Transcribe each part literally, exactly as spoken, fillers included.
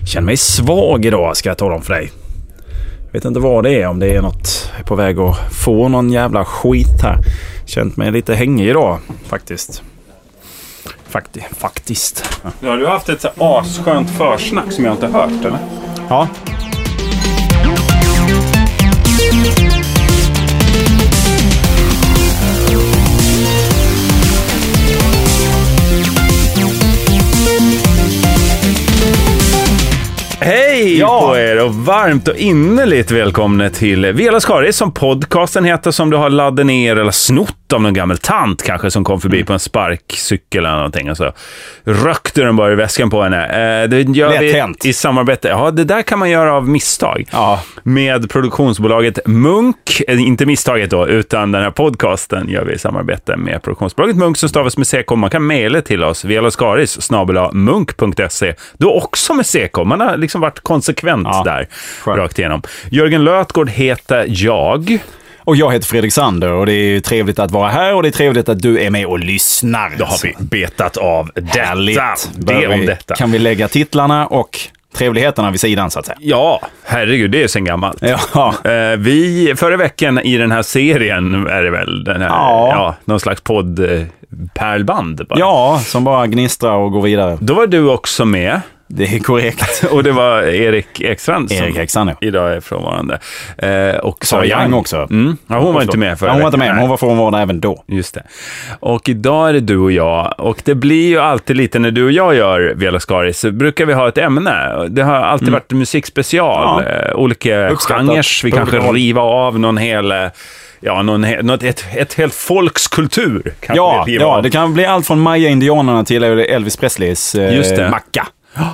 Känner mig svag idag, ska jag tala om för dig. Vet inte vad det är, om det är något på väg att få någon jävla skit här. Känt mig lite hängig idag, faktiskt. Fakti, faktiskt. Ja. Ja, du har haft ett så asskönt försnack som jag inte hört, eller? Ja. Hej ja. på er och varmt och innerligt välkomna till Vela Skaris, som podcasten heter, som du har laddat ner eller snott av någon gammal tant kanske som kom förbi mm. på en sparkcykel eller någonting och så rökte den bara i väskan på henne. Eh, det gör Lätt vi hänt. I samarbete. Ja, det där kan man göra av misstag. Ja. Med produktionsbolaget Munk, inte misstaget då, utan den här podcasten gör vi i samarbete med produktionsbolaget Munk som stavas med C K. Man kan mejla till oss velaskaris snabel-a munk punkt se. Då också med C K. Man har liksom varit konsekvent ja, där skönt. Rakt igenom. Jörgen Lötgård heter jag. Och jag heter Fredrik Sander och det är trevligt att vara här och det är trevligt att du är med och lyssnar. Då har vi betat av detta. Det om detta. Kan vi lägga titlarna och trevligheterna vid sidan så att säga. Ja, herregud, det är sen gammalt. Ja. Eh, vi, förra veckan i den här serien är det väl den här, ja. Ja, någon slags podd eh, pärlband. Bara. Ja, som bara gnistrar och går vidare. Då var du också med. Det är korrekt. Och det var Erik Ekstrand som Erik Ekstrand, ja. Idag är frånvarande. Eh, och Sara Young också. Mm. Ja, hon var inte med förra ja, hon var inte med, men hon var frånvarande även då. Just det. Och idag är det du och jag. Och det blir ju alltid lite när du och jag gör Vela Skaris så brukar vi ha ett ämne. Det har alltid mm. varit musikspecial. Ja. Eh, olika genrer. Vi kanske riva av någon hel... Ja, någon, något, ett, ett helt folkskultur kan ja, det ja, det kan bli allt från Maya-indianerna till Elvis Presleys eh, Macka.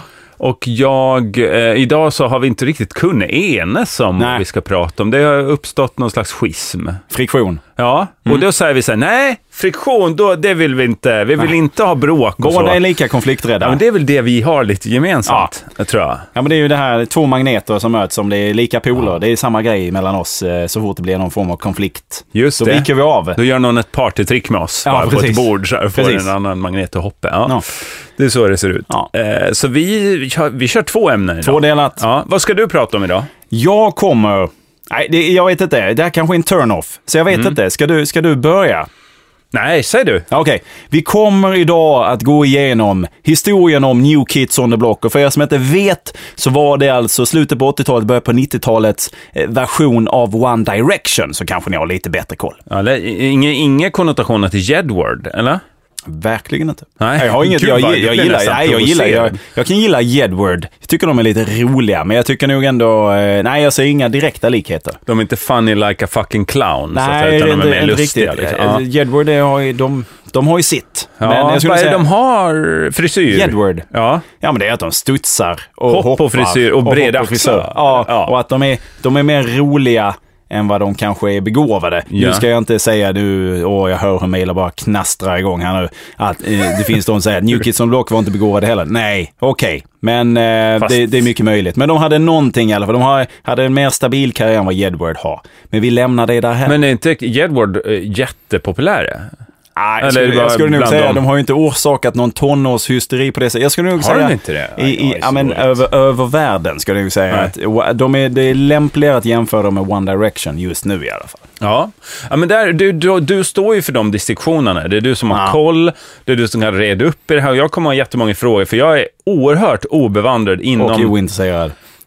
Och jag, eh, idag så har vi inte riktigt kunnat enas om vad vi ska prata om. Det har uppstått någon slags schism. Friktion. Ja, mm. och då säger vi så här, nej, friktion, då, det vill vi inte. Vi vill nej. inte ha bråk och Båda är lika konflikträdda. Ja, men det är väl det vi har lite gemensamt, ja. jag tror jag. Ja, men det är ju det här, två magneter som möts, om det är lika poler. Ja. Det är samma grej mellan oss så fort det blir någon form av konflikt. Just så det. Så viker vi av. Då gör någon ett partytrick med oss, ja, bara på ett bord så här, får en annan magnet att hoppa. Ja. Ja. Det är så det ser ut. Ja. Eh, så vi, vi kör två ämnen idag. Två delat. Ja. Vad ska du prata om idag? Jag kommer... Nej, det, jag vet inte. Det här kanske är en turn-off. Så jag vet mm. inte. Ska du, ska du börja? Nej, säg du. Okej. Okay. Vi kommer idag att gå igenom historien om New Kids on the Block. Och för er som inte vet så var det alltså slutet på åttiotalet, början på nittiotalets version av One Direction. Så kanske ni har lite bättre koll. Ja, inga, inga konnotationer till Jedward, eller? Verkligen inte. Nej, jag har inget, jag, jag, jag gillar, nej, jag gillar, jag, jag kan gilla Jedward. Jag tycker de är lite roliga, men jag tycker nog ändå, eh, nej, jag ser inga direkta likheter. De är inte funny like a fucking clown, nej, så att, utan inte, de är mer inte lustiga. Riktigt. Liksom. Ja. Jedward, det har ju, de, de har ju sitt. Ja, men jag skulle säga, säga, de har frisyr. Jedward. Ja. Ja, men det är att de studsar och hopp hoppar. Och frisyr och, och breda axlar. Ja, ja, och att de är, de är mer roliga än vad de kanske är begåvade. Ja. Nu ska jag inte säga nu, åh jag hör hur mejlar bara knastrar igång här nu, att eh, det finns de som säger att New Kids on the Block var inte begåvade heller. Nej, okej. Okay. Men eh, Fast... det, det är mycket möjligt. Men de hade någonting i alla fall. De har, hade en mer stabil karriär än vad Jedward har. Men vi lämnar det där här. Men är inte Jedward äh, jättepopulär? Nej, jag skulle, jag skulle nog säga att de har ju inte orsakat någon tonårshysteri på det sättet. Jag skulle nog har säga de inte det? I, i, ja, men över, över världen skulle jag nog säga att de är, det är lämpligare att jämföra dem med One Direction just nu i alla fall. Ja, ja men där, du, du, du står ju för de distinktionerna. Det är du som har ja. koll, det är du som kan reda upp i det här. Jag kommer ha jättemånga frågor för jag är oerhört obevandrad inom... Och ointresserad.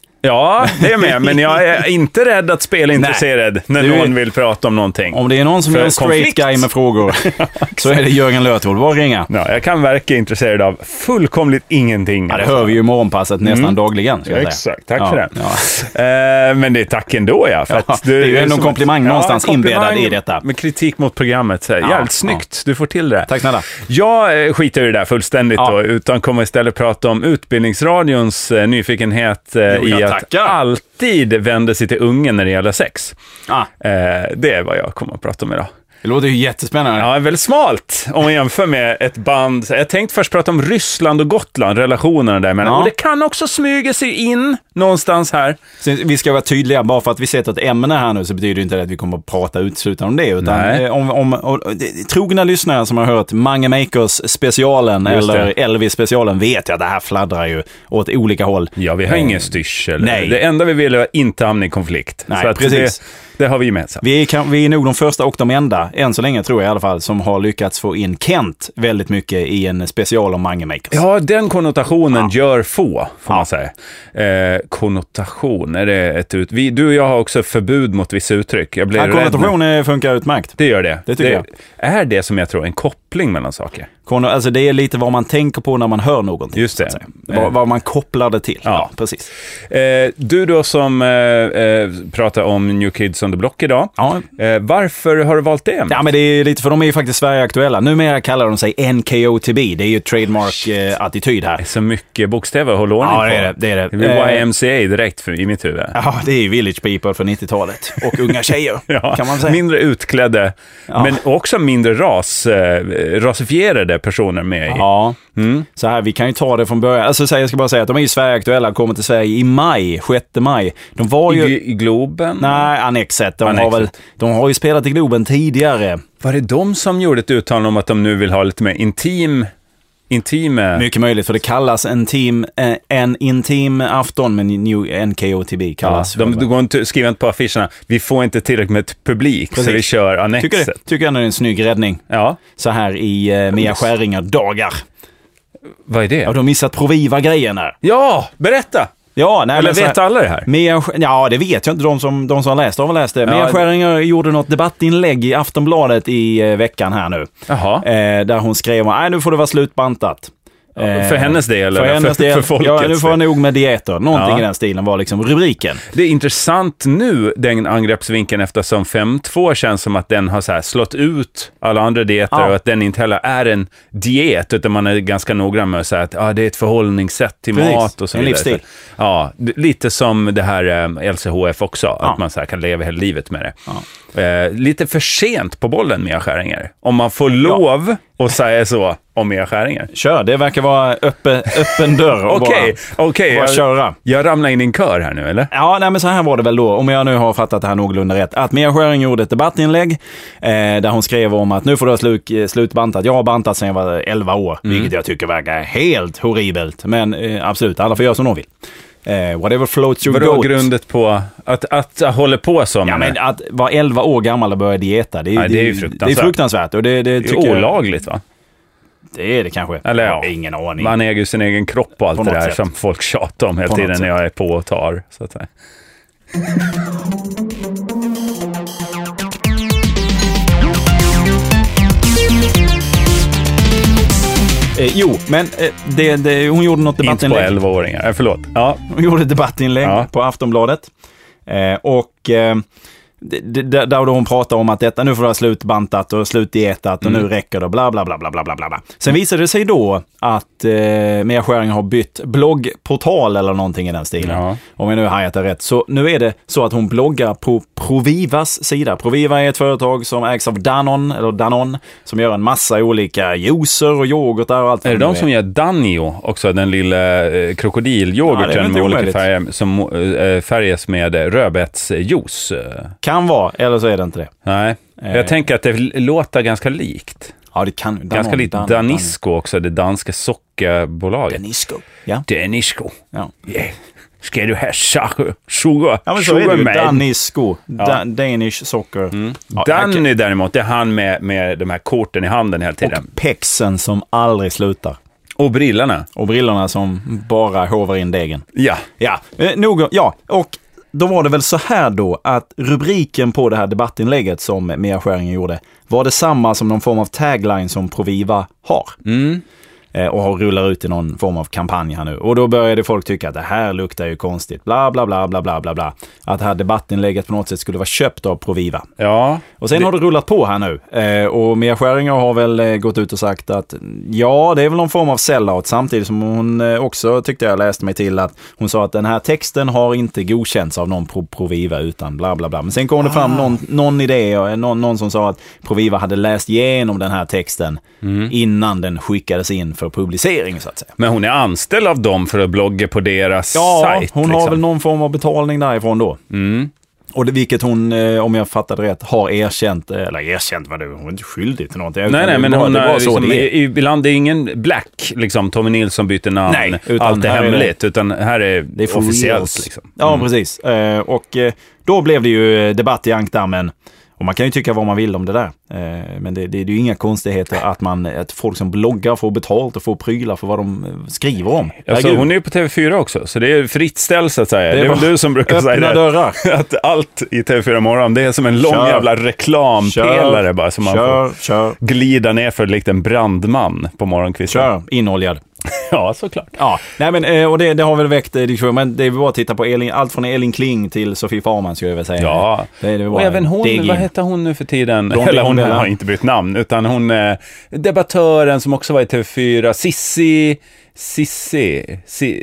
Ja, det är med. Men jag är inte rädd att spela intresserad när du, någon vill prata om någonting. Om det är någon som är en straight konflikt. guy med frågor så är det Jörgen Lötgård. Var ringa? Ja, jag kan verka intresserad av fullkomligt ingenting. Ja, det hör vi ju i morgonpasset nästan mm. dagligen. Ska jag säga. Exakt, tack ja, för det. Ja. Uh, men det är tack ändå, ja. För ja att du, det är ju ändå en komplimang att, någonstans ja, inbäddad i detta. Med kritik mot programmet. Så, ja, jävligt snyggt, ja. Du får till det. Tack snälla. Jag skiter i det där fullständigt ja. då, utan kommer istället prata om Utbildningsradions uh, nyfikenhet uh, jo, i att tackar. alltid vänder sig till ungen när det gäller sex. Ah. Uh, det är vad jag kommer att prata om idag. Det låter ju jättespännande. Ja, väldigt smalt om man jämför med ett band. Jag tänkte först prata om Ryssland och Gotland, relationerna där mellan. Ja. Och det kan också smyga sig in någonstans här. Så vi ska vara tydliga, bara för att vi sätter ett ämne här nu så betyder det inte att vi kommer att prata uteslutande om det. Utan om, om, om, trogna lyssnare som har hört Mange Makers specialen eller Elvis specialen vet jag att det här fladdrar ju åt olika håll. Ja, vi har ingen styrsel. Nej. Det enda vi vill är inte hamna i konflikt. Nej, så att precis. Det, det har vi gemensamt. Vi är, vi är nog de första och de enda, än så länge tror jag i alla fall, som har lyckats få in Kent väldigt mycket i en special om Mange Makers. Ja, den konnotationen ja. gör få, får ja. man säga. Eh, konnotation, är det ett ut... Vi, du och jag har också förbud mot vissa uttryck. Jag blir ja, konnotation är, funkar utmärkt. Det gör det. Det tycker det, jag. Är det som jag tror en koppling mellan saker? Alltså det är lite vad man tänker på när man hör någonting. Just det. Vad, vad man kopplar det till. Ja, ja precis. Eh, du då som eh, eh, pratar om New Kids on the Block idag. Ja. Eh, varför har du valt det? Ja, men det är lite för de är ju faktiskt Sverige-aktuella. Numera kallar de sig N K O T B. Det är ju trademark-attityd här. Det är så mycket bokstäver att hålla ordning ja, på. det är det. Det är det. Det blir Y M C A direkt för, i mitt huvud. Ja, det är ju Village People från nittiotalet. Och unga tjejer, ja, kan man säga. Mindre utklädda, ja. Men också mindre ras, eh, rasifierade personer med i. Ja, mm. Så här, vi kan ju ta det från början. Alltså, så jag ska bara säga att de är ju Sverige-aktuella, kommer till Sverige i maj, sjätte maj. De var ju... I, i Globen? Nej, Annexet. De, Annexet. Har väl, de har ju spelat i Globen tidigare. Var det de som gjorde ett uttalande om att de nu vill ha lite mer intim... Intime. Mycket möjligt, för det kallas en, team, eh, en intim afton, men New N K O T B kallas. Ja, de, de går inte, skriver inte på affischerna, vi får inte tillräckligt med publik. Precis. Så vi kör Annexet. Tycker, det, tycker jag det är en snygg räddning. Ja. Så här i eh, Mia Skäringer dagar. Vad är det? Ja, de har missat Proviva-grejen här. Ja, berätta! Ja, nej, eller men vet alla det här? Mia, ja, det vet jag inte. De som, de som har läst, de har läst det. Ja. Mia Skäringer gjorde något debattinlägg i Aftonbladet i eh, veckan här nu. Jaha. Eh, där hon skrev, nej nu får det vara slutbantat. Eh, för hennes del? För eller hennes för, del. För folkets ja, nu får jag nog med dieter. Någonting ja. i den stilen var liksom rubriken. Det är intressant nu, den angreppsvinkeln, eftersom fem två känns som att den har så här slått ut alla andra dieter ja. och att den inte heller är en diet, utan man är ganska noggrann med att säga att ah, det är ett förhållningssätt till Precis. mat och så vidare. En livsstil. Ja, lite som det här eh, L C H F också, ja. att man så här kan leva hela livet med det. Ja. Eh, lite för sent på bollen med Skäringer. Om man får lov ja. att säga så om Mia Skäringer. Kör, det verkar vara öppen, öppen dörr. Okej, okej. Jag, köra. jag ramlar in i en kör här nu, eller? Ja, nej, men så här var det väl då, om jag nu har fattat det här någorlunda rätt. Att Mia Skäringer gjorde ett debattinlägg eh, där hon skrev om att nu får du ha slut, slutbantat. Jag har bantat sedan jag var elva år, mm. vilket jag tycker verkar helt horribelt. Men eh, absolut, alla får göra som de vill. Eh, whatever floats your Vadå goat. grundet på att, att, att hålla på som? Ja, men att vara elva år gammal och börja dieta, det är, nej, det, det är ju fruktansvärt. Det är fruktansvärt. Och det, det, det är olagligt, va? Det är det kanske. Eller ja, ingen aning. Man äger sin egen kropp och allt på det där sätt. Som folk tjatar om hela på tiden när jag är på och tar. Så att säga. Eh, jo, men eh, det, det, hon gjorde något debattinlägg. Inte på elva-åringar, eh, förlåt. Ja. Hon gjorde ett debattinlägg ja. på Aftonbladet. Eh, och... Eh, där då hon pratar om att detta nu får det ha slutbantat och slutdietat och mm. nu räcker det bla bla bla bla bla bla bla. Sen visade det sig då att eh, Mia Skäringer har bytt bloggportal eller någonting i den stilen. Ja. Om jag nu har hajat det rätt. Så nu är det så att hon bloggar på Provivas sida. Proviva är ett företag som ägs av Danone eller Danone som gör en massa olika juicer och yoghurtar och allt. Är det de är. som gör Danio också, den lilla eh, krokodilyoghurten ja, med olika färger som eh, färgas med rödbetsjuice? Kan vara, eller så är det inte det. Nej, jag eh. tänker att det låter ganska likt. Ja, det kan. Danon, ganska likt Dan, Danisco Dan. också, det danska sockerbolaget. Danisco, ja. Danisco. Ja. Yeah. Ska du ha socker? Sugar? Ja, men så är det ju. Danisco. Ja. Da- Danish socker. Mm. Ja, Danny kan... däremot, det är han med, med de här korten i handen hela tiden. Och pexen som aldrig slutar. Och brillorna. Och brillorna som bara hovar in degen. Ja. Ja, eh, nog, ja. Och då var det väl så här då att rubriken på det här debattinlägget som Mia Skäringer gjorde var det samma som någon form av tagline som Proviva har. Mm. eh, och har rullar ut i någon form av kampanj här nu. Och då började folk tycka att det här luktar ju konstigt. Bla bla bla bla bla bla bla. Att det här debattinlägget på något sätt skulle vara köpt av Proviva. Ja. Och sen det... har det rullat på här nu. Eh, och Mia Skäringer har väl eh, gått ut och sagt att ja, det är väl någon form av sellout, samtidigt som hon eh, också tyckte jag läste mig till att hon sa att den här texten har inte godkänts av någon pro- Proviva utan bla bla bla. Men sen kom det fram ah. någon, någon idé, någon, någon som sa att Proviva hade läst igenom den här texten mm. innan den skickades in för publicering så att säga. Men hon är anställd av dem för att blogga på deras ja, sajt? Ja, hon liksom. har väl någon form av betalning därifrån då. Mm. Och det, vilket hon, om jag fattade rätt, har erkänt, eller erkänt vad det hon är inte skyldig till någonting. Nej, nej, men bara, hon det är, liksom, det är. ibland det är ingen black, liksom, Tommy Nilsson byter namn, nej, allt är hemligt, är det, utan här är det är officiellt. Liksom. Ja, mm. precis. Och då blev det ju debatt i ankdammen. Och man kan ju tycka vad man vill om det där. Eh, men det, det, det är ju inga konstigheter att, man, att folk som bloggar får betalt och får prylar för vad de skriver om. Alltså, hon är ju på T V fyra också, så det är fritt ställ så att säga. Det är, det är väl du som brukar säga det. Dörrar. Att allt i T V fyra morgon, det är som en lång kör. jävla reklampelare kör. bara som man kör. får Kör. glida ner för likt en brandman på morgonkvisten. Kör, inoljad. Ja, såklart. Ja, nej men och det, det har väl väckt diskussion, men det är bara att titta på Elin, allt från Elin Kling till Sofie Farman skulle jag väl säga. Ja, det, det och även hon, degin. Vad heter hon nu för tiden? Blondin, Eller hon har inte bytt namn, utan hon är debattören som också var i T V fyra, Sissi, Sissi, Sissi,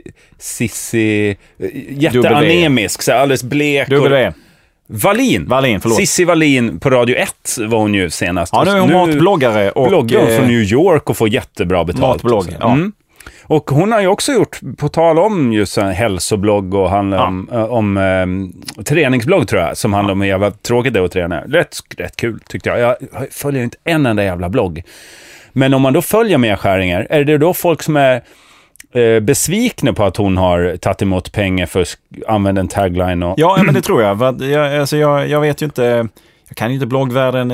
Sissi jätteanemisk, så alldeles blek. W. Wallin. Wallin, förlåt. Sissi Wallin på Radio ett var hon ju senast. Ja, nu är hon nu matbloggare. Och bloggar hon från New York och får jättebra betalt. Matblogg, ja. Mm. Och hon har ju också gjort, på tal om just en hälsoblogg och handlar ja. om, om um, träningsblogg tror jag, som handlar ja. om hur jävla tråkigt det är att träna. Rätt, rätt kul tyckte jag. Jag följer inte en enda jävla blogg. Men om man då följer Mia Skäringer, är det då folk som är eh, besvikna på att hon har tagit emot pengar för att använda en tagline? Och... Ja, men det tror jag. För jag, alltså jag, jag vet ju inte... Jag kan ju inte bloggvärlden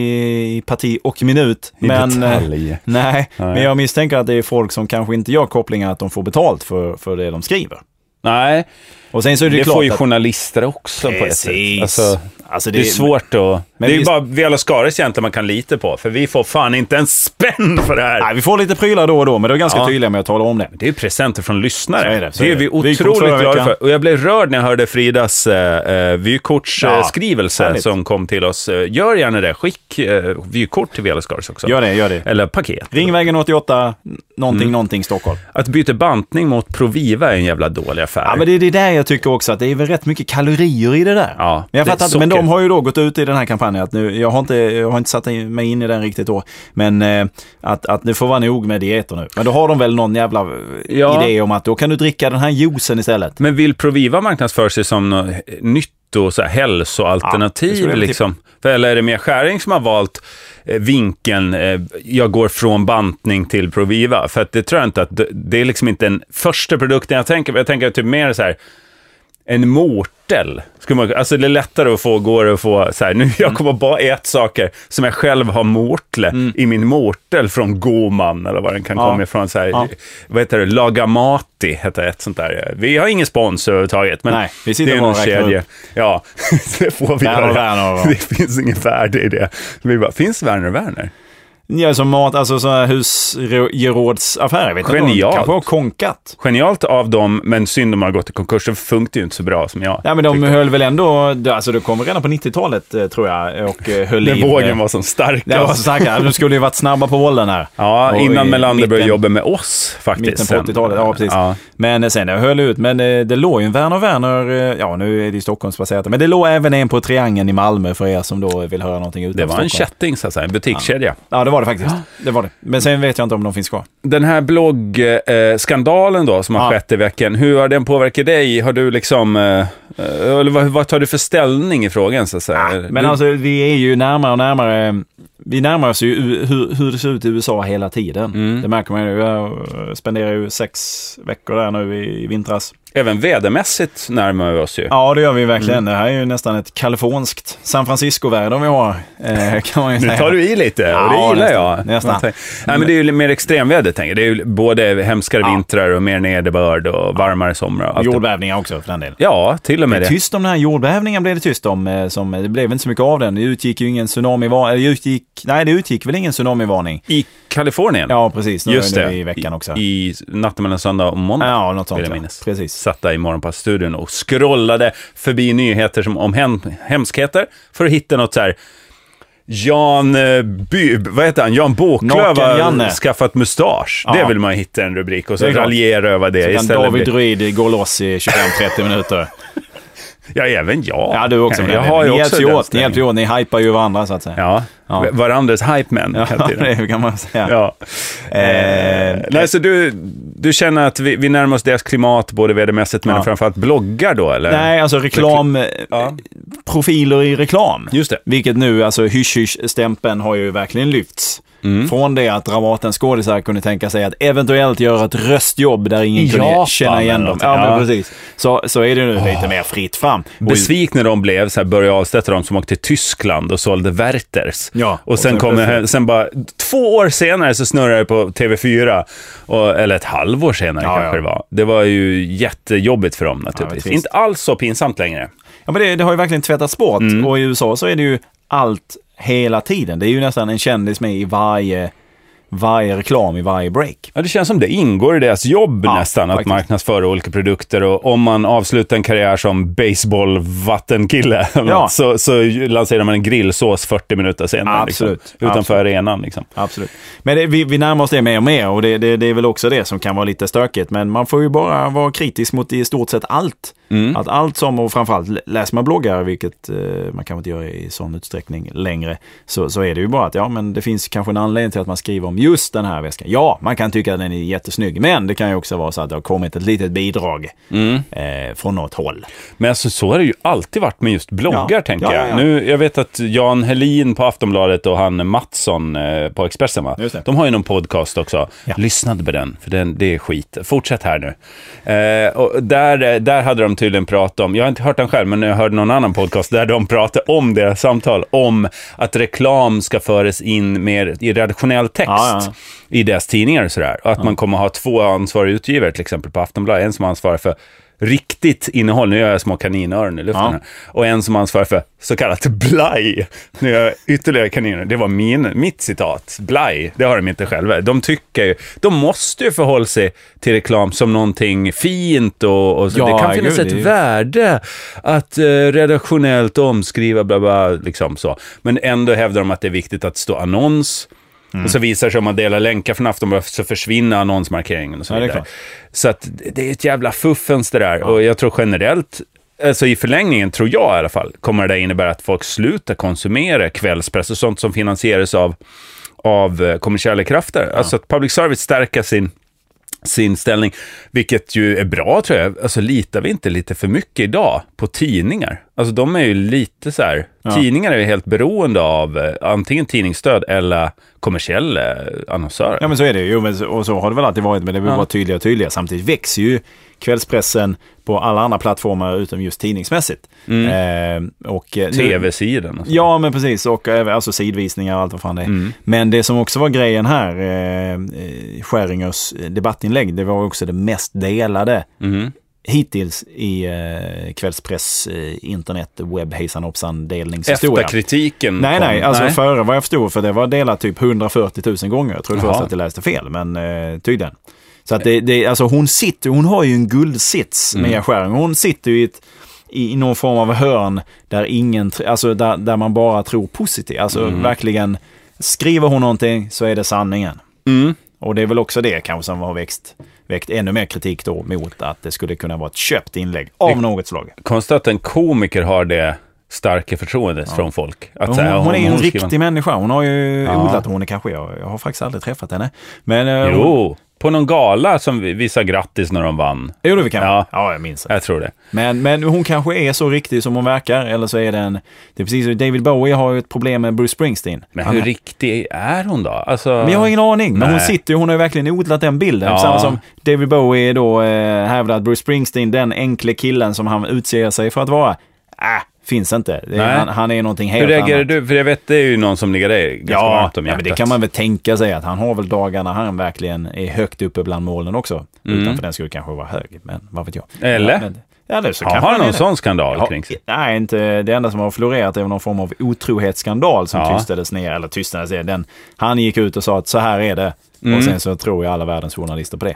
i parti och minut. I men, detalj. Nej, nej, men jag misstänker att det är folk som kanske inte gör kopplingar att de får betalt för, för det de skriver. Nej, och sen så är det, det klart får ju att... journalister också Precis. på ett sätt. Alltså, alltså det, det är svårt att... Men det är ju vi... bara Vela Skaris egentligen man kan lita på. För vi får fan inte en spänn för det här. Nej, vi får lite prylar då och då, men det är ganska ja. tydliga med att tala om det. Det är ju presenter från lyssnare. Så är det, så det är är det. vi otroligt glada för. Och jag blev rörd när jag hörde Fridas äh, vykortsskrivelse ja, som kom till oss. Gör gärna det. Skick äh, vykort till Vela Skaris också. Gör det, gör det. Eller paket. Ringvägen åttioåtta, någonting, mm. någonting Stockholm. Att byta bantning mot Proviva är en jävla dålig affär. Ja, men det är det där jag tycker också, att det är väl rätt mycket kalorier i det där. Ja, men jag fattar inte, men de har ju då gått ut i den här kampanjen att nu, jag har inte, jag har inte satt mig in i den riktigt då, men eh, att, att det får vara nog med dieter nu. Men då har de väl någon jävla ja. idé om att då kan du dricka den här juicen istället. Men vill Proviva marknadsföra sig som något nytt och så här hälsoalternativ ja, liksom? För, eller är det Mia Skäring som har valt eh, vinkeln eh, jag går från bantning till Proviva? För att det tror jag inte att det, det är liksom inte den första produkten jag tänker. Jag tänker typ mer så här en mortel. Ska man, alltså det är lättare att få, går att få så här, nu jag kommer bara äta saker som jag själv har mortle mm. i min mortel från Goman eller vad den kan ja. komma ifrån så här, ja. vad heter det, Lagamati heter ett sånt där. Vi har ingen spons överhuvudtaget, men nej, vi sitter det är en kedja. Ja, det får vi Werner, Werner, det finns ingen värde i det. Vi bara, finns Werner Werner? Ja, som mat, alltså så här husgerådsaffärer, vet Genialt. Inte, kanske har konkat. Genialt av dem, men synd de har gått i konkurs. Det funkar ju inte så bra som jag. Ja, men de tyckte. höll väl ändå, alltså det kom redan på nittiotalet tror jag, och höll den vågen var som starkast. Det var så starkast. De skulle ju varit snabba på bollen här. Ja, och innan Melander började jobba med oss faktiskt. Mitten på åttiotalet, ja precis. Ja. Men sen det höll ut, men det låg ju en Werner Werner, ja nu är det Stockholmsbaserat, men det låg även en på Triangeln i Malmö för er som då vill höra någonting utanför Stockholm. Det var en kätting så att säga, en butikskedja. Ja. ja, det var det faktiskt. Det var det. Men sen vet jag inte om de finns kvar. Den här bloggskandalen då som har ja. skett i veckan, hur har den påverkat dig? Har du liksom, eller vad, vad tar du för ställning i frågan så att säga? Ja, men du... alltså vi är ju närmare och närmare, vi närmar oss ju hur, hur det ser ut i U S A hela tiden. Mm. Det märker man ju, jag spenderar ju sex veckor där nu i, i vintras. Även vädermässigt närmar vi oss ju. Ja, det gör vi verkligen. Mm. Det här är ju nästan ett kaliforniskt San Francisco-väder vi har, eh, kan man ju säga. Nu tar du i lite, ja, och det gillar nästan, jag. Nästan. Nej, men det är ju mer extremväder, tänker jag. Det är ju både hemskare ja. vintrar och mer nederbörd och varmare somrar. Och jordbävningar också, för den delen. Ja, till och med det. det. Tyst om den här jordbävningen blev det tyst om. Som, det blev inte så mycket av den. Det utgick ju ingen tsunami-varning. Utgick, nej, det utgick väl ingen tsunami-varning. I Kalifornien? Ja, precis. Nu Just det. I veckan också. I, I natten mellan söndag och måndag. Ja, något sånt. Ja. Precis. Satt där i Morgonpass-studion och scrollade förbi nyheter som om hem, hemskheter för att hitta något så här. Jan By, vad heter han? Jan Båklöv har skaffat mustasch. Ja. Det vill man hitta en rubrik och så raljera över det. Så kan istället David Druid gå loss i tjugofem till trettio minuter. Ja, även jag. Ja, du också. Jag har ju också ni åt, ni hjälper ju åt, ni hypar ju varandra så att säga. Ja, ja. Varandras hype-män. Ja, det kan man säga. Ja. Eh, nej, så du, du känner att vi, vi närmar oss deras klimat, både vädermässigt men ja. framförallt bloggar då, eller? Nej, alltså reklam, ja. profiler i reklam. Just det. Vilket nu, alltså hysch-hysch-stämpeln har ju verkligen lyfts. Mm. Från det att Dramaten skådisar kunde tänka sig att eventuellt göra ett röstjobb där ingen kunde Japan, känna igen dem. Ja, ja, men precis. Så, så är det nu oh. lite mer fritt fram. Besvikna de blev, så här Börje Ahlstedt och de som åkte till Tyskland och sålde Werthers. Ja, och, och sen, sen kom jag, sen bara två år senare så snurrade det på T V fyra. Och, eller ett halvår senare ja, kanske ja. det var. Det var ju jättejobbigt för dem naturligtvis. Ja, inte alls så pinsamt längre. Ja, men det, det har ju verkligen tvättats bort. Mm. Och i U S A så är det ju allt hela tiden. Det är ju nästan en kändis med i varje, varje reklam, i varje break. Ja, det känns som det ingår i deras jobb ja, nästan, faktiskt. Att marknadsföra olika produkter. Och om man avslutar en karriär som baseball-vattenkille ja. så, så lanserar man en grillsås fyrtio minuter senare. Absolut. Liksom, utanför Absolut. arenan. Liksom. Absolut. Men det, vi, vi närmar oss det mer och mer och det, det, det är väl också det som kan vara lite stökigt. Men man får ju bara vara kritisk mot i stort sett allt. Mm. Att allt som, och framförallt läser man bloggar, vilket eh, man kanske inte gör i sån utsträckning längre, så, så är det ju bara att ja, men det finns kanske en anledning till att man skriver om just den här väskan. Ja, man kan tycka att den är jättesnygg, men det kan ju också vara så att det har kommit ett litet bidrag mm. eh, från något håll. Men alltså, så har det ju alltid varit med just bloggar, ja. tänker ja, jag. Ja. Nu, jag vet att Jan Helin på Aftonbladet och han Mattsson eh, på Expressen, va? De har ju någon podcast också. Ja. Lyssnade på den, för den, det är skit. Fortsätt här nu. Eh, och där, där hade de tydligen pratat om, jag har inte hört den själv, men jag hörde någon annan podcast där de pratade om deras samtal, om att reklam ska föras in mer i redaktionell text ja, ja. i deras tidningar och sådär. Och att ja. man kommer ha två ansvariga utgivare, till exempel på Aftonbladet, en som ansvarar för riktigt innehåll, nu gör jag små kaninöron i luften ja. här. Och en som ansvarar för så kallat blaj. Nu gör jag ytterligare kaniner. Det var min, mitt citat. Blaj, det har de inte själva. De tycker ju, de måste ju förhålla sig till reklam som någonting fint och, och så. Ja, det kan finnas gud, ett det... värde att uh, redaktionellt omskriva bla bla, liksom så. Men ändå hävdar de att det är viktigt att stå annons. Mm. Och så visar det sig om man delar länkar från Aftonbladet så försvinner annonsmarkeringen och så vidare. Ja, så att det är ett jävla fuffens det där. Ja. Och jag tror generellt, alltså i förlängningen tror jag i alla fall, kommer det innebära att folk slutar konsumera kvällspress och sånt som finansieras av, av kommersiella krafter. Ja. Alltså att public service stärker sin sin ställning, vilket ju är bra tror jag. Alltså litar vi inte lite för mycket idag på tidningar? Alltså de är ju lite så här, ja. tidningar är ju helt beroende av eh, antingen tidningsstöd eller kommersiella annonsörer. Ja, men så är det ju, men, och så har det väl alltid varit, men det blir ja. bara tydligare och tydligare. Samtidigt växer ju kvällspressen på alla andra plattformar utom just tidningsmässigt. Mm. Eh, och, T V-sidan. Och ja, men precis. Och alltså sidvisningar och allt vad fan det är. Mm. Men det som också var grejen här, eh, Skäringers debattinlägg, det var också det mest delade mm. hittills i eh, kvällspress, eh, internet, webb, hejsan, hoppsan, delningshistoria. Efter kritiken? Nej, kom. nej. Alltså nej. före vad jag förstod, för det var delat typ hundrafyrtio tusen gånger. Jag tror först att jag läste fel, men eh, tydligen. Så att det, det, alltså hon sitter, hon har ju en guldsits med mm. Skäring. Hon sitter ju i, ett, i, i någon form av hörn där ingen, alltså där, där man bara tror positivt. Alltså mm. verkligen, skriver hon någonting så är det sanningen. Mm. Och det är väl också det kanske som har växt, väckt ännu mer kritik då mot att det skulle kunna vara ett köpt inlägg av det, något slag. Konstigt att en komiker har det starka förtroendet ja. från folk. Att hon, säga, hon, hon är ju en riktig skriva... människa. Hon har ju ja. odlat hon är kanske jag. Jag har faktiskt aldrig träffat henne. Men jo. på någon gala som visar grattis när de vann. Gjorde vi kanske? Ja. ja, jag minns det. Jag tror det. Men, men hon kanske är så riktig som hon verkar, eller så är den... Det är precis som David Bowie har ju ett problem med Bruce Springsteen. Men hur han, riktig är hon då? Alltså... Men jag har ingen aning. Men nej. Hon sitter ju, hon har ju verkligen odlat den bilden. Ja. Samma som David Bowie då eh, hävdar att Bruce Springsteen, den enkle killen som han utser sig för att vara, äh, finns inte. Det är, han, han är någonting helt annat. Hur reagerar du? För jag vet, det är ju någon som ligger där ganska ja, varmt om hjärtat. Ja, men det kan man väl tänka sig att han har väl dagarna han verkligen är högt uppe bland målen också. Mm. Utanför den skulle kanske vara hög, men vad vet jag. Eller? Ja, men, ja, det så ja, har han någon sån skandal ja, kring sig? Nej, inte. Det enda som har florerat är någon form av otrohetsskandal som ja. tystades ner, eller tystades ner. Den, han gick ut och sa att så här är det. Mm. Och sen så tror jag alla världens journalister på det.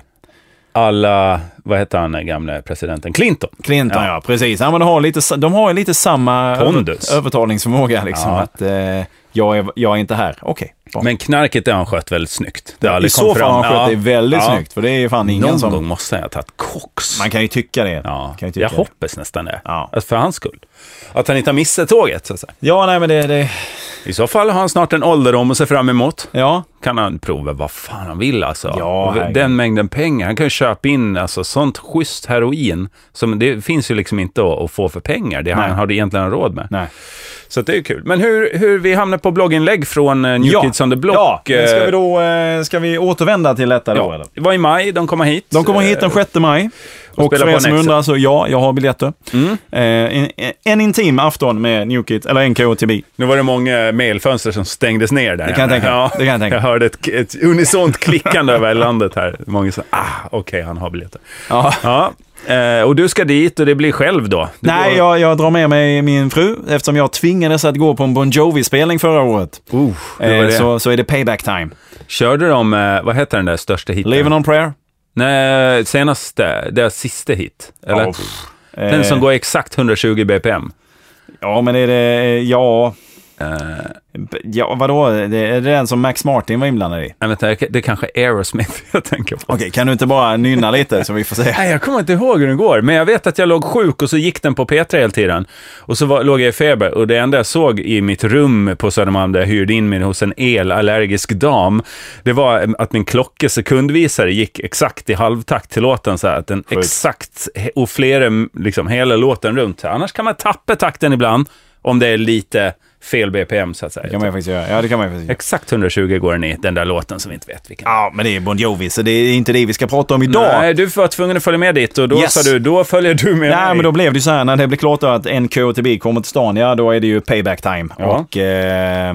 Alla, vad heter han, gamla presidenten? Clinton. Clinton, ja, ja precis. Ja, men de har lite, de har lite samma Pondus. övertalningsförmåga liksom. Ja. Att eh, jag, är, jag är inte här. Okej. Okay, men knarket är han skött väldigt snyggt. Det I så fall har han skött ja. det väldigt ja. snyggt. För det är ju fan ingen Någon som... gång måste jag ha tagit koks. Man kan ju tycka det. Ja. Kan ju tycka jag det. hoppas nästan det. Ja. Alltså för hans skull. Att han inte har missat tåget, så att säga. Ja, nej men det... det... I så fall har han snart en ålderdom att se fram emot. Ja. Kan han prova vad fan han vill alltså. Ja, den mängden pengar. Han kan ju köpa in alltså, sånt schysst heroin som det finns ju liksom inte att, att få för pengar. Det han har det egentligen råd med. Nej. Så det är kul. Men hur, hur vi hamnar på blogginlägg från uh, New ja. Kids on the Block. Ja, men ska vi då uh, ska vi återvända till detta då? Ja. Eller? Det var i maj, de kommer hit. De kommer hit den sjätte maj. Och, och för er som undrar så ja, jag har biljetter. Mm. Eh, en, en intim afton med New Kids, eller N K T B. Nu var det många mailfönster som stängdes ner där. Det kan jag tänka. Ja, det kan jag tänka. Jag hörde ett, ett unisont klickande över landet här. Många sa, ah, okej, okay, han har biljetter. Ja. Ja. Eh, och du ska dit och det blir själv då? Du Nej, går... jag, jag drar med mig min fru eftersom jag tvingades att gå på en Bon Jovi-spelning förra året. Uh, eh, så, så är det payback time. Körde de, eh, vad heter den där största hiten? Living on Prayer? Nej, senaste, det är sista hit. Eller? Oh, den eh, som går exakt hundratjugo B P M. Ja, men är det, ja... Uh, ja, vadå? Det, är det den som Max Martin var inblandad i? Jag vet inte, det är kanske Aerosmith jag tänker på. Okej, okay, kan du inte bara nynna lite så vi får se? Nej, jag kommer inte ihåg hur den går. Men jag vet att jag låg sjuk och så gick den på P tre hela tiden. Och så var, låg jag i feber. Och det enda jag såg i mitt rum på Södermalm där jag hyrde in mig hos en elallergisk dam, det var att min klocka sekundvisare gick exakt i halvtakt till låten. Så här, att den Sjukt. exakt och flera, liksom hela låten runt. Annars kan man tappa takten ibland om det är lite... fel B P M så att säga. Det kan man faktiskt göra. Ja, det kan man faktiskt göra. Exakt hundratjugo går den i den där låten som vi inte vet vilken. Ja, men det är Bon Jovi så det är inte det vi ska prata om idag. Nej, du var tvungen att följa med dit och då yes. sa du, då följer du med Nej, mig. men då blev det så här, när det blev klart att N K T B kommer till stan, ja då är det ju payback time. Ja. Och... Eh,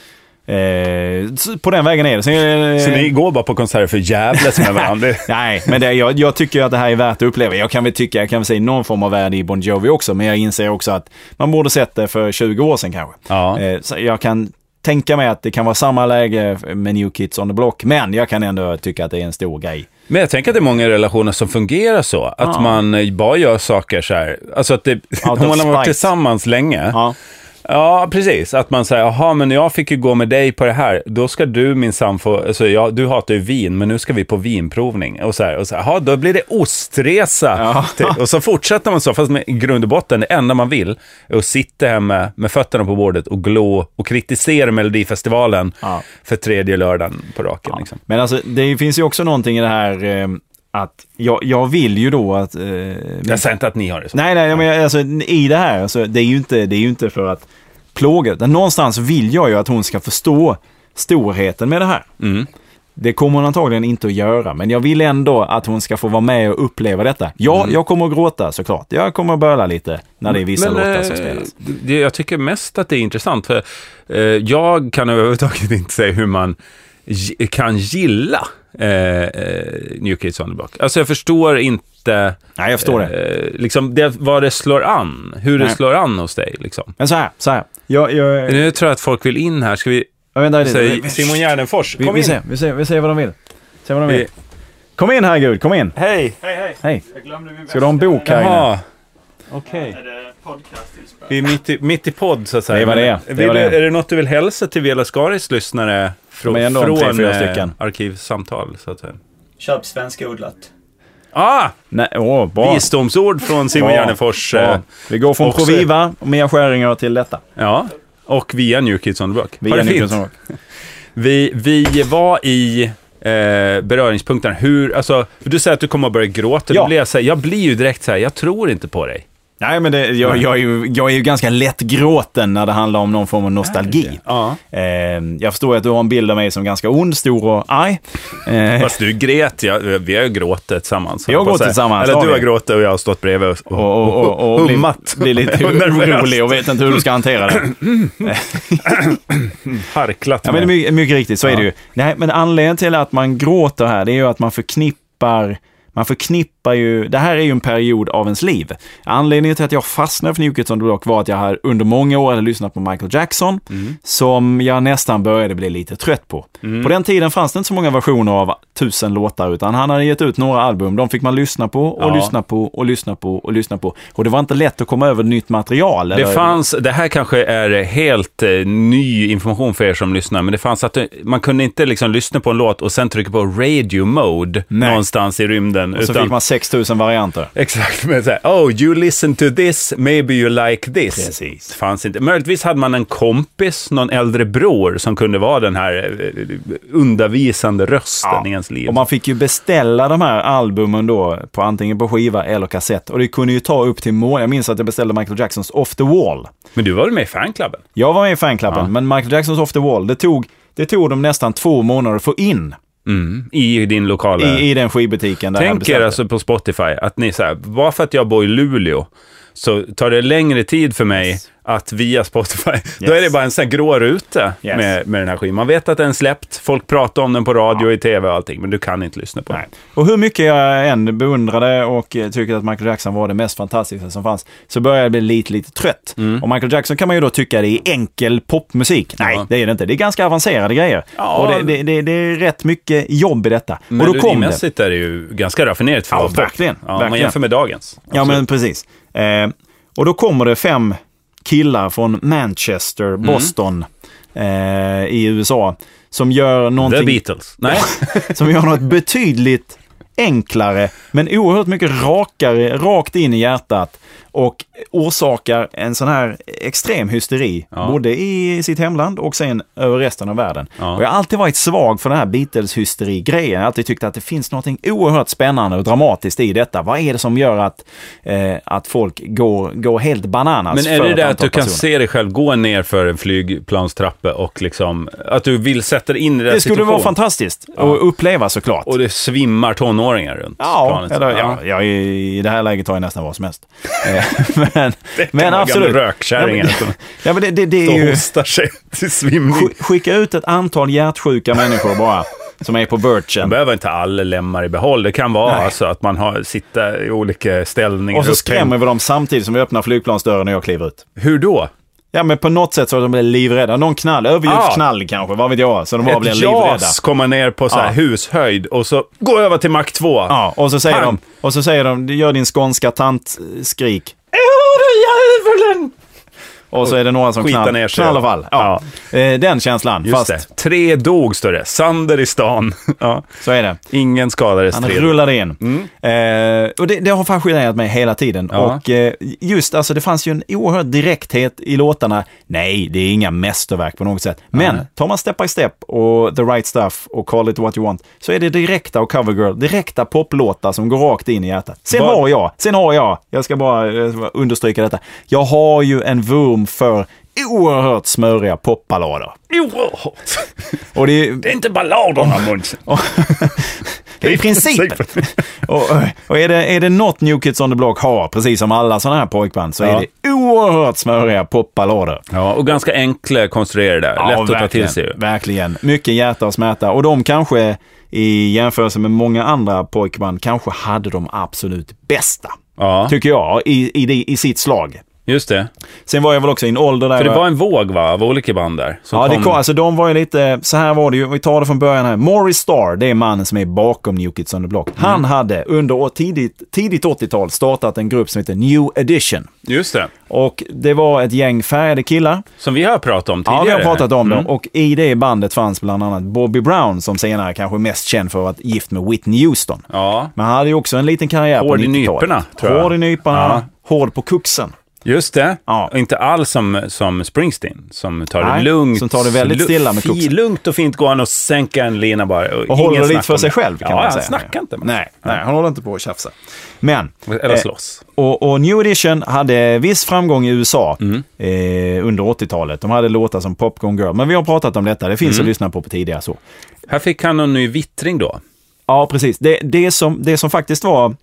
Eh, på den vägen är det. Så, eh, så ni går bara på konserter för jävlas med varandra? Nej, men det, jag, jag tycker att det här är värt att uppleva. Jag kan väl tycka, jag kan väl säga någon form av värde i Bon Jovi också, men jag inser också att man borde sett det för tjugo år sedan kanske. Ja. Eh, så jag kan tänka mig att det kan vara samma läge med New Kids on the Block, men jag kan ändå tycka att det är en stor grej. Men jag tänker att det är många relationer som fungerar så. Att ja. man bara gör saker så här. Alltså att det, om man har varit tillsammans länge. Ja. Ja, precis. Att man säger, jaha, men jag fick ju gå med dig på det här. Då ska du minsann få, alltså ja, du hatar ju vin, men nu ska vi på vinprovning. Och så här, och så här, jaha, då blir det ostresa. Ja. Till, och så fortsätter man så, fast med grund och botten, det enda man vill är att sitta hemma med fötterna på bordet och glå och kritisera Melodifestivalen ja. för tredje lördagen på raken. Ja. Liksom. Men alltså, det finns ju också någonting i det här... Eh, att jag, jag vill ju då att... Eh, jag säger inte att ni har det så. Nej, nej, men alltså, i det här, alltså, det är ju inte, det är ju inte för att plåga, utan någonstans vill jag ju att hon ska förstå storheten med det här. Mm. Det kommer hon antagligen inte att göra, men jag vill ändå att hon ska få vara med och uppleva detta. Ja, mm. jag kommer att gråta såklart. Jag kommer att böla lite när det är vissa men, låtar som spelas. Det, jag tycker mest att det är intressant, för eh, jag kan överhuvudtaget inte säga hur man g- kan gilla eh, eh, New Kids on the Block. Alltså jag förstår inte... Nej, jag förstår eh, det. Liksom det, vad det slår an. Hur Nej. det slår an hos dig. Liksom. Men så här, så här. Jag, jag... Nu tror jag att folk vill in här. Ska vi... Vänta, säga, vi, Simon Gärdenfors, kom vi, vi in. Ser, vi, ser, vi ser vad de vill. Se vad de vill. Vi... Kom in här, Gud. Kom in. Hej. Hej, hej. Hej. Jag glömde min Ska du ha en bok här inne? Okej. Är det podcast-inspelning? Vi är mitt i, mitt i podd, så att säga. Det var det. det, vill, var det. Är det något du vill hälsa till Vela Skaris lyssnare från, från eh, arkivsamtal, så att säga? Köp svenska odlat. Ah! Nej, åh, bra. Visdomsord från Simon bra, Gärdenfors. Bra. Vi går från också. Proviva och Mia Skäringer till detta. Ja, och via New Kids on the Block. Via New Kids on the Block. Vi, vi var i eh, beröringspunkterna. Hur, alltså, för du säger att du kommer att börja gråta. Ja. Då blir jag, så här, jag blir ju direkt så här, jag tror inte på dig. Nej, men det, jag, jag, är ju, jag är ju ganska lätt gråten när det handlar om någon form av nostalgi. Ja. Eh, jag förstår att du har en bild av mig som ganska ond, stor och arg. Eh, Fast du grät, ja, vi har ju gråtit tillsammans. Vi har gått tillsammans. Eller du har gråtit och jag har stått bredvid och, och, och, och, och hummat. Blir lite orolig och vet inte hur du ska hantera det. Harklat. Ja, men det är mycket, mycket riktigt, så ja. är det ju. Nej, men anledningen till att man gråter här, det är ju att man förknippar Man förknippar ju, det här är ju en period av ens liv. Anledningen till att jag fastnade för New Kids on the Block var att jag här under många år hade lyssnat på Michael Jackson, mm. som jag nästan började bli lite trött på. Mm. På den tiden fanns det inte så många versioner av tusen låtar, utan han hade gett ut några album. De fick man lyssna på och ja. lyssna på och lyssna på och lyssna på. Och det var inte lätt att komma över nytt material. Det eller? fanns, det här kanske är helt eh, ny information för er som lyssnar, men det fanns att man kunde inte liksom lyssna på en låt och sen trycka på radio mode Nej. någonstans i rymden. Och så utan, fick man sex tusen varianter. Exakt, men så här, oh, you listen to this, maybe you like this. Precis. Det fanns inte. Möjligtvis hade man en kompis, någon äldre bror som kunde vara den här undervisande rösten ja. i ens liv. Och man fick ju beställa de här albumen då på antingen på skiva eller kassett. Och det kunde ju ta upp till mål. Jag minns att jag beställde Michael Jacksons Off the Wall. Men du var med i fanklubben? Jag var med i fanklubben, ja. men Michael Jacksons Off the Wall, det tog, det tog dem nästan två månader att få in. Mm, i din lokala... I, i den skivbutiken. Där Tänk er alltså på Spotify att ni så här, bara för att jag bor i Luleå så tar det längre tid för mig yes. att via Spotify, yes. då är det bara en sån här grå ruta yes. med, med den här skivan. Man vet att den är släppt, folk pratar om den på radio, ja. i tv och allting, men du kan inte lyssna på Nej. den. Och hur mycket jag än beundrade och tycker att Michael Jackson var det mest fantastiska som fanns, så började jag bli lite, lite trött. Mm. Och Michael Jackson kan man ju då tycka det är enkel popmusik. Nej, ja. det är det inte. Det är ganska avancerade grejer. Ja. Och det, det, det, det är rätt mycket jobb i detta. Men och då kom det. är det ju ganska raffinerat för ja, oss. Verkligen. Ja, verkligen. Man jämför med dagens. Ja, alltså. men precis. Eh, och då kommer det fem killar från Manchester, Boston mm. eh, i U S A som gör någonting... The Beatles. Nej. som gör något betydligt enklare men oerhört mycket rakare, rakt in i hjärtat och orsakar en sån här extrem hysteri ja. både i sitt hemland och sen över resten av världen. Ja. Och jag har alltid varit svag för den här Beatles-hysteri-grejen. Jag har alltid tyckt att det finns något oerhört spännande och dramatiskt i detta. Vad är det som gör att, eh, att folk går, går helt bananas? Men är för det det att du personer? kan se dig själv gå ner för en flygplanstrappa och liksom, att du vill sätta dig in i det Det skulle situation. vara fantastiskt ja. att uppleva såklart. Och det svimmar tonåringar runt ja, planet. Eller, ja, ja. ja, i det här läget har jag nästan vad som helst. men det men absolut. Rökkärringar ja, men, ja, men det, det, det är ju... hostar sig till svimning. Skicka ut ett antal hjärtsjuka människor bara som är på birchen. Man behöver inte alla lemmar i behåll. Det kan vara alltså att man har sitta i olika ställningar. Och så skrämmer vi dem samtidigt som vi öppnar flygplansdörren och jag kliver ut. Hur då? Ja, men på något sätt så de blir livrädda. Någon knall, överljudsknall ah. kanske, vad vet jag. Så de bara blir livrädda. Ett jas kommer ner på så här ah. hushöjd och så gå över till Mach två. Ja, och så säger Han. de, och så säger de, gör din skånska tantskrik. Åh, du jävlen! Och så är det några som knall, ner sig. knall i alla fall. Ja. Ja. Eh, den känslan. Just fast... det. Tre dog, står det. Sander i stan. ja. Så är det. Ingen skadades. Han rullade in. Mm. Eh, och det, det har fascinerat mig hela tiden. Ja. Och eh, just, alltså det fanns ju en oerhörd direkthet i låtarna. Nej, det är inga mästerverk på något sätt. Men mm. tar man Step by Step och The Right Stuff och Call It What You Want, så är det direkta och Covergirl, direkta poplåtar som går rakt in i hjärtat. Sen Var... har jag, sen har jag, jag ska bara eh, understryka detta. Jag har ju en vurm för oerhört smöriga popballader. Oerhört. Och det, är, det är inte balladerna, Måns. Det är i princip. och och är, det, är det något New Kids on the Block har, precis som alla sådana här pojkband, så ja. är det oerhört smöriga popballader. Ja, och ganska enkla konstruerade. Ja, lätt att ta till sig. Verkligen. Mycket hjärta och smärta. Och de kanske, i jämförelse med många andra pojkband, kanske hade de absolut bästa. Ja. Tycker jag, i, i, i sitt slag. Just det. Sen var jag väl också i en ålder där... För det var en våg, va? Av olika band där. Ja, kom... det kom, alltså de var ju lite... Så här var det ju, vi tar det från början här. Maurice Starr, det är mannen som är bakom New Kids on the Block. Han mm. hade under tidigt, tidigt åttiotal startat en grupp som heter New Edition. Just det. Och det var ett gäng färgade killar. Som vi har pratat om tidigare. Ja, vi har pratat om mm. dem. Och i det bandet fanns bland annat Bobby Brown, som senare kanske mest känd för att vara gift med Whitney Houston. Ja. Men han hade ju också en liten karriär Hård på nittiotalet. Hård i nyporna, tror jag. Hård i nyporna, ja. Hård på kuxen. Just det. Ja. Inte alls som, som Springsteen, som tar Nej, det lugnt. som tar det väldigt stilla med fi, lugnt och fint går han och sänka en lina bara. Och, och håller lite för sig själv, kan ja, man säga. han snackar inte med. Nej, nej, han håller inte på att tjafsa. Men... Eller slåss. Eh, och, och New Edition hade viss framgång i U S A mm. eh, under åttiotalet. De hade låtar som Popcorn Girl. Men vi har pratat om detta. Det finns mm. att lyssna på på tidigare så. Här fick han en ny vittring då. Ja, precis. Det, det, som, det som faktiskt var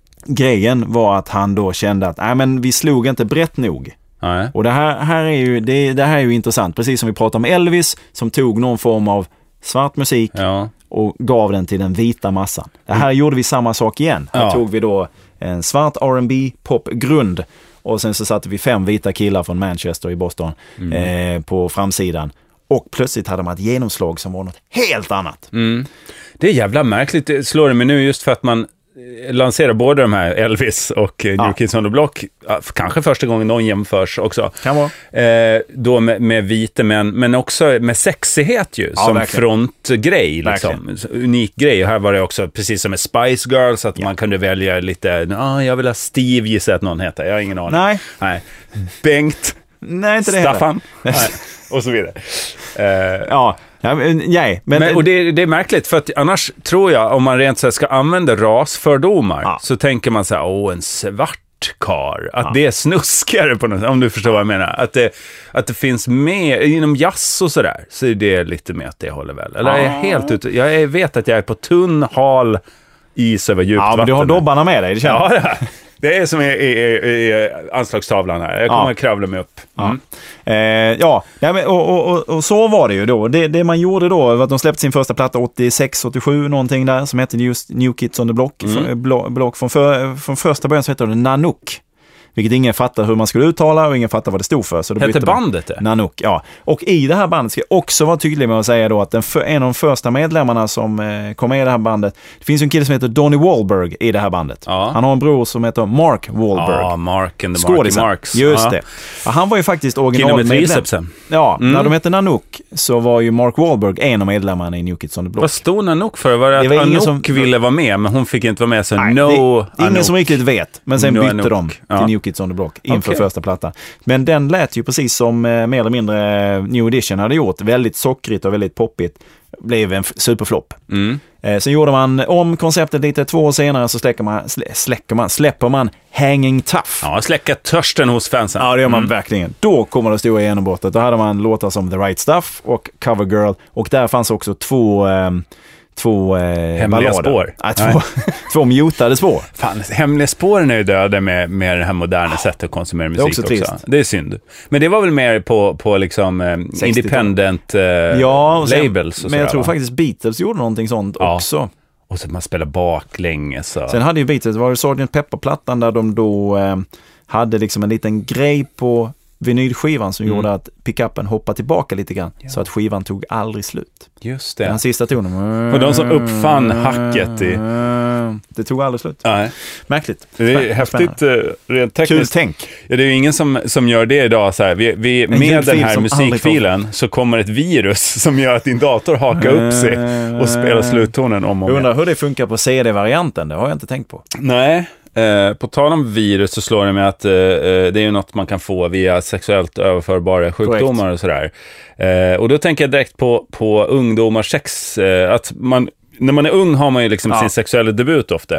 grejen var att han då kände att nej, men vi slog inte brett nog. Nej. Och det här, här är ju, det, det här är ju intressant. Precis som vi pratade om Elvis som tog någon form av svart musik ja. och gav den till den vita massan. Det här mm. gjorde vi samma sak igen. Här ja. tog vi då en svart R and B popgrund och sen så satte vi fem vita killar från Manchester i Boston mm. eh, på framsidan. Och plötsligt hade man ett genomslag som var något helt annat. Mm. Det är jävla märkligt. Det slår det mig nu just för att man lanserar både de här Elvis och ja. New Kids on the Block. Kanske första gången någon jämförs också. Kan vara. Eh, då med, med vita män, men också med sexighet ju. Ja, som verkligen. Frontgrej. Liksom. Unik grej. Här var det också precis som med Spice Girls att ja. Man kunde välja lite, ah, jag vill ha Steve, gissa att någon heter. Jag har ingen aning. Nej. Nej. Bengt. Nej, inte det Staffan. Nej. Och så vidare. Eh, ja. Ja, men, nej, men, men, och det, det är märkligt för att annars tror jag om man rent så här ska använda rasfördomar ja. Så tänker man så här, åh en svart kar, att ja. Det är snuskigare på något, om du förstår vad jag menar, att det, att det finns med inom jazz och sådär, så är det lite med att det håller väl, eller ja. Jag är helt ute, jag vet att jag är på tunn, hal is över djupt ja, vatten. Men du har dobbarna med dig, det känner jag. Ja, det Det är som i, i, i anslagstavlan här. Jag kommer ja. Att kravla mig upp. Mm. Ja, eh, ja. ja men, och, och, och, och så var det ju då. Det, det man gjorde då var att de släppte sin första platta åttiosex åttiosju någonting där som hette just New Kids on the Block. Mm. För, block från, för, från första början så hette det Nanook. Vilket ingen fattar hur man skulle uttala och ingen fattar vad det stod för. Så då hette bandet det? Nanook, ja. Och i det här bandet ska jag också vara tydlig med att säga då att den för, en av de första medlemmarna som eh, kom med i det här bandet, det finns en kille som heter Donnie Wahlberg i det här bandet. Ja. Han har en bror som heter Mark Wahlberg. Ja, Mark and the Marky Marks. Just ja. Det. Ja, han var ju faktiskt originalmedlem. Ja, mm. när de hette Nanook så var ju Mark Wahlberg en av medlemmarna i New Kids on the Block. Vad stod Nanook för? Var det, det var att Anouk som ville vara med, men hon fick inte vara med, så nej, no det är ingen som riktigt vet. Men sen no bytte Anouk. De till ja. New Kids on the Block inför okay. första plattan. Men den lät ju precis som eh, mer eller mindre New Edition hade gjort. Väldigt sockrigt och väldigt poppigt. Blev en superflopp. Mm. Eh, sen gjorde man om konceptet lite två år senare, så släcker man, slä, släcker man, släpper man Hanging Tough. Ja, släcka törsten hos fansen. Ja, det gör man mm. verkligen. Då kommer det stora genombrottet. Då hade man låtar som The Right Stuff och Cover Girl. Och där fanns också två... Eh, Två eh, hemliga ballader. Spår. Ja, två, två mutade spår. Fan, hemliga spåren är ju döda med, med det här moderna sättet att konsumera musik också. Det är också. också. Det är synd. Men det var väl mer på, på liksom eh, independent eh, ja, och sen, labels. Och men jag sådär, tror va? faktiskt Beatles gjorde någonting sånt ja. Också. Och så man spelar baklänges. Så. Sen hade ju Beatles, var det sergeant Pepper-plattan där de då eh, hade liksom en liten grej på vinylskivan som mm. gjorde att pickuppen hoppade tillbaka lite grann ja. Så att skivan tog aldrig slut. Just det. Den sista tonen. För de som uppfann hacket i... Det tog aldrig slut. Nej. Märkligt. Det är häftigt rent tekniskt. Kul tänk. Ja, det är ju ingen som, som gör det idag. Så här. Vi, vi, med den här musikfilen så kommer ett virus som gör att din dator hakar upp sig och spelar sluttonen om och om. Jag undrar hur det funkar på C D-varianten. Det har jag inte tänkt på. Nej. Eh, på tal om virus så slår det med att eh, det är ju något man kan få via sexuellt överförbara sjukdomar. Korrekt. Och sådär. Eh, och då tänker jag direkt på, på ungdomars sex. Eh, att man, när man är ung har man ju liksom ja. Sin sexuella debut ofta.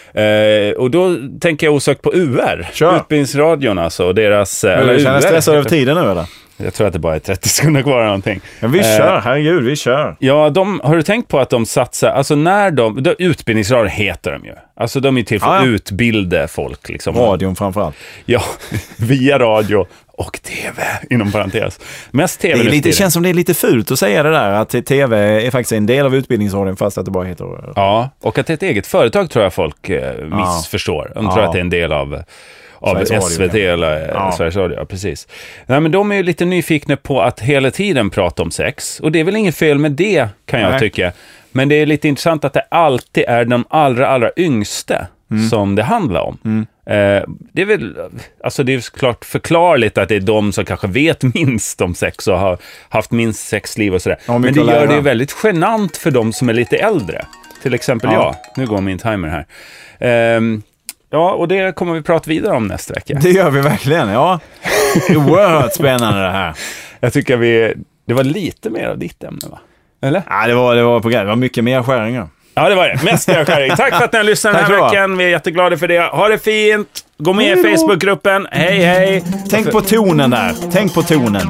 Eh, och då tänker jag osökt på U R. Kör. Utbildningsradion alltså. Och deras, men du känner stressad över tiden nu eller? Jag tror att det bara är trettio sekunder kvar eller någonting. Men vi kör, eh, herregud, vi kör. Ja, de, har du tänkt på att de satsar, alltså när de, de utbildningsradio heter de ju. Alltså de är till för att ja, ja. Utbilda folk liksom. Radion framförallt. Ja, via radio och tv, inom parentes. Mest tv. Det är lite, känns som det är lite fult att säga det där, att tv är faktiskt en del av utbildningsradion fast att det bara heter... Ja, och att det är ett eget företag tror jag folk eh, missförstår. De ja. Tror att det är en del av... av S V T eller ja. Sveriges Radio, ja, precis. Nej, men de är ju lite nyfikna på att hela tiden prata om sex. Och det är väl inget fel med det, kan jag Nej. Tycka. Men det är lite intressant att det alltid är de allra, allra yngsta mm. som det handlar om. Mm. Eh, det är väl, alltså det är klart förklarligt att det är de som kanske vet minst om sex och har haft minst sexliv och sådär. Ja, men det gör det ju väldigt genant för de som är lite äldre. Till exempel ja. Jag. Nu går min timer här. Eh, Ja, och det kommer vi prata vidare om nästa vecka. Det gör vi verkligen, ja. Oerhört spännande det här. Jag tycker vi... Det var lite mer av ditt ämne, va? Eller? Ja, det var, det var på grej. Det var mycket mer skäringar. Ja, det var det. Mest mer skäring. Tack för att ni har lyssnat den här veckan. Vi är jätteglada för det. Ha det fint. Gå med i Facebookgruppen. Hej, hej. Tänk på tonen där. Tänk på tonen.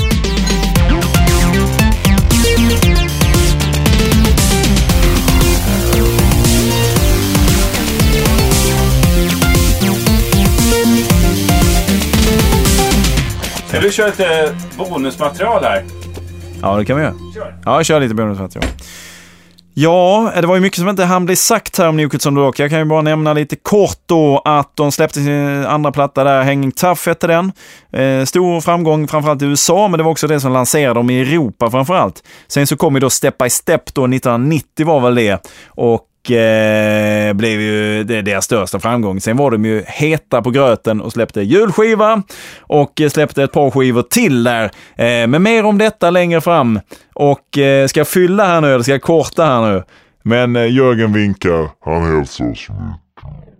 Ska du köra lite bonusmaterial här? Ja, det kan vi göra. Kör. Ja, jag kör lite bonusmaterial. Ja, det var ju mycket som inte hann bli sagt här om New Kids on the Block. Jag kan ju bara nämna lite kort då att de släppte sin andra platta där, Hanging Tough hette den. Eh, stor framgång framförallt i U S A, men det var också det som lanserade dem i Europa framförallt. Sen så kom ju då Step by Step då, nittonhundranittio var väl det. Och eh, blev ju det deras största framgång. Sen var de ju heta på gröten och släppte julskiva och släppte ett par skivor till där. Eh, men mer om detta längre fram. Och eh, ska jag fylla här nu eller ska jag korta här nu? Men eh, Jörgen vinkar. Han hälsar oss mycket.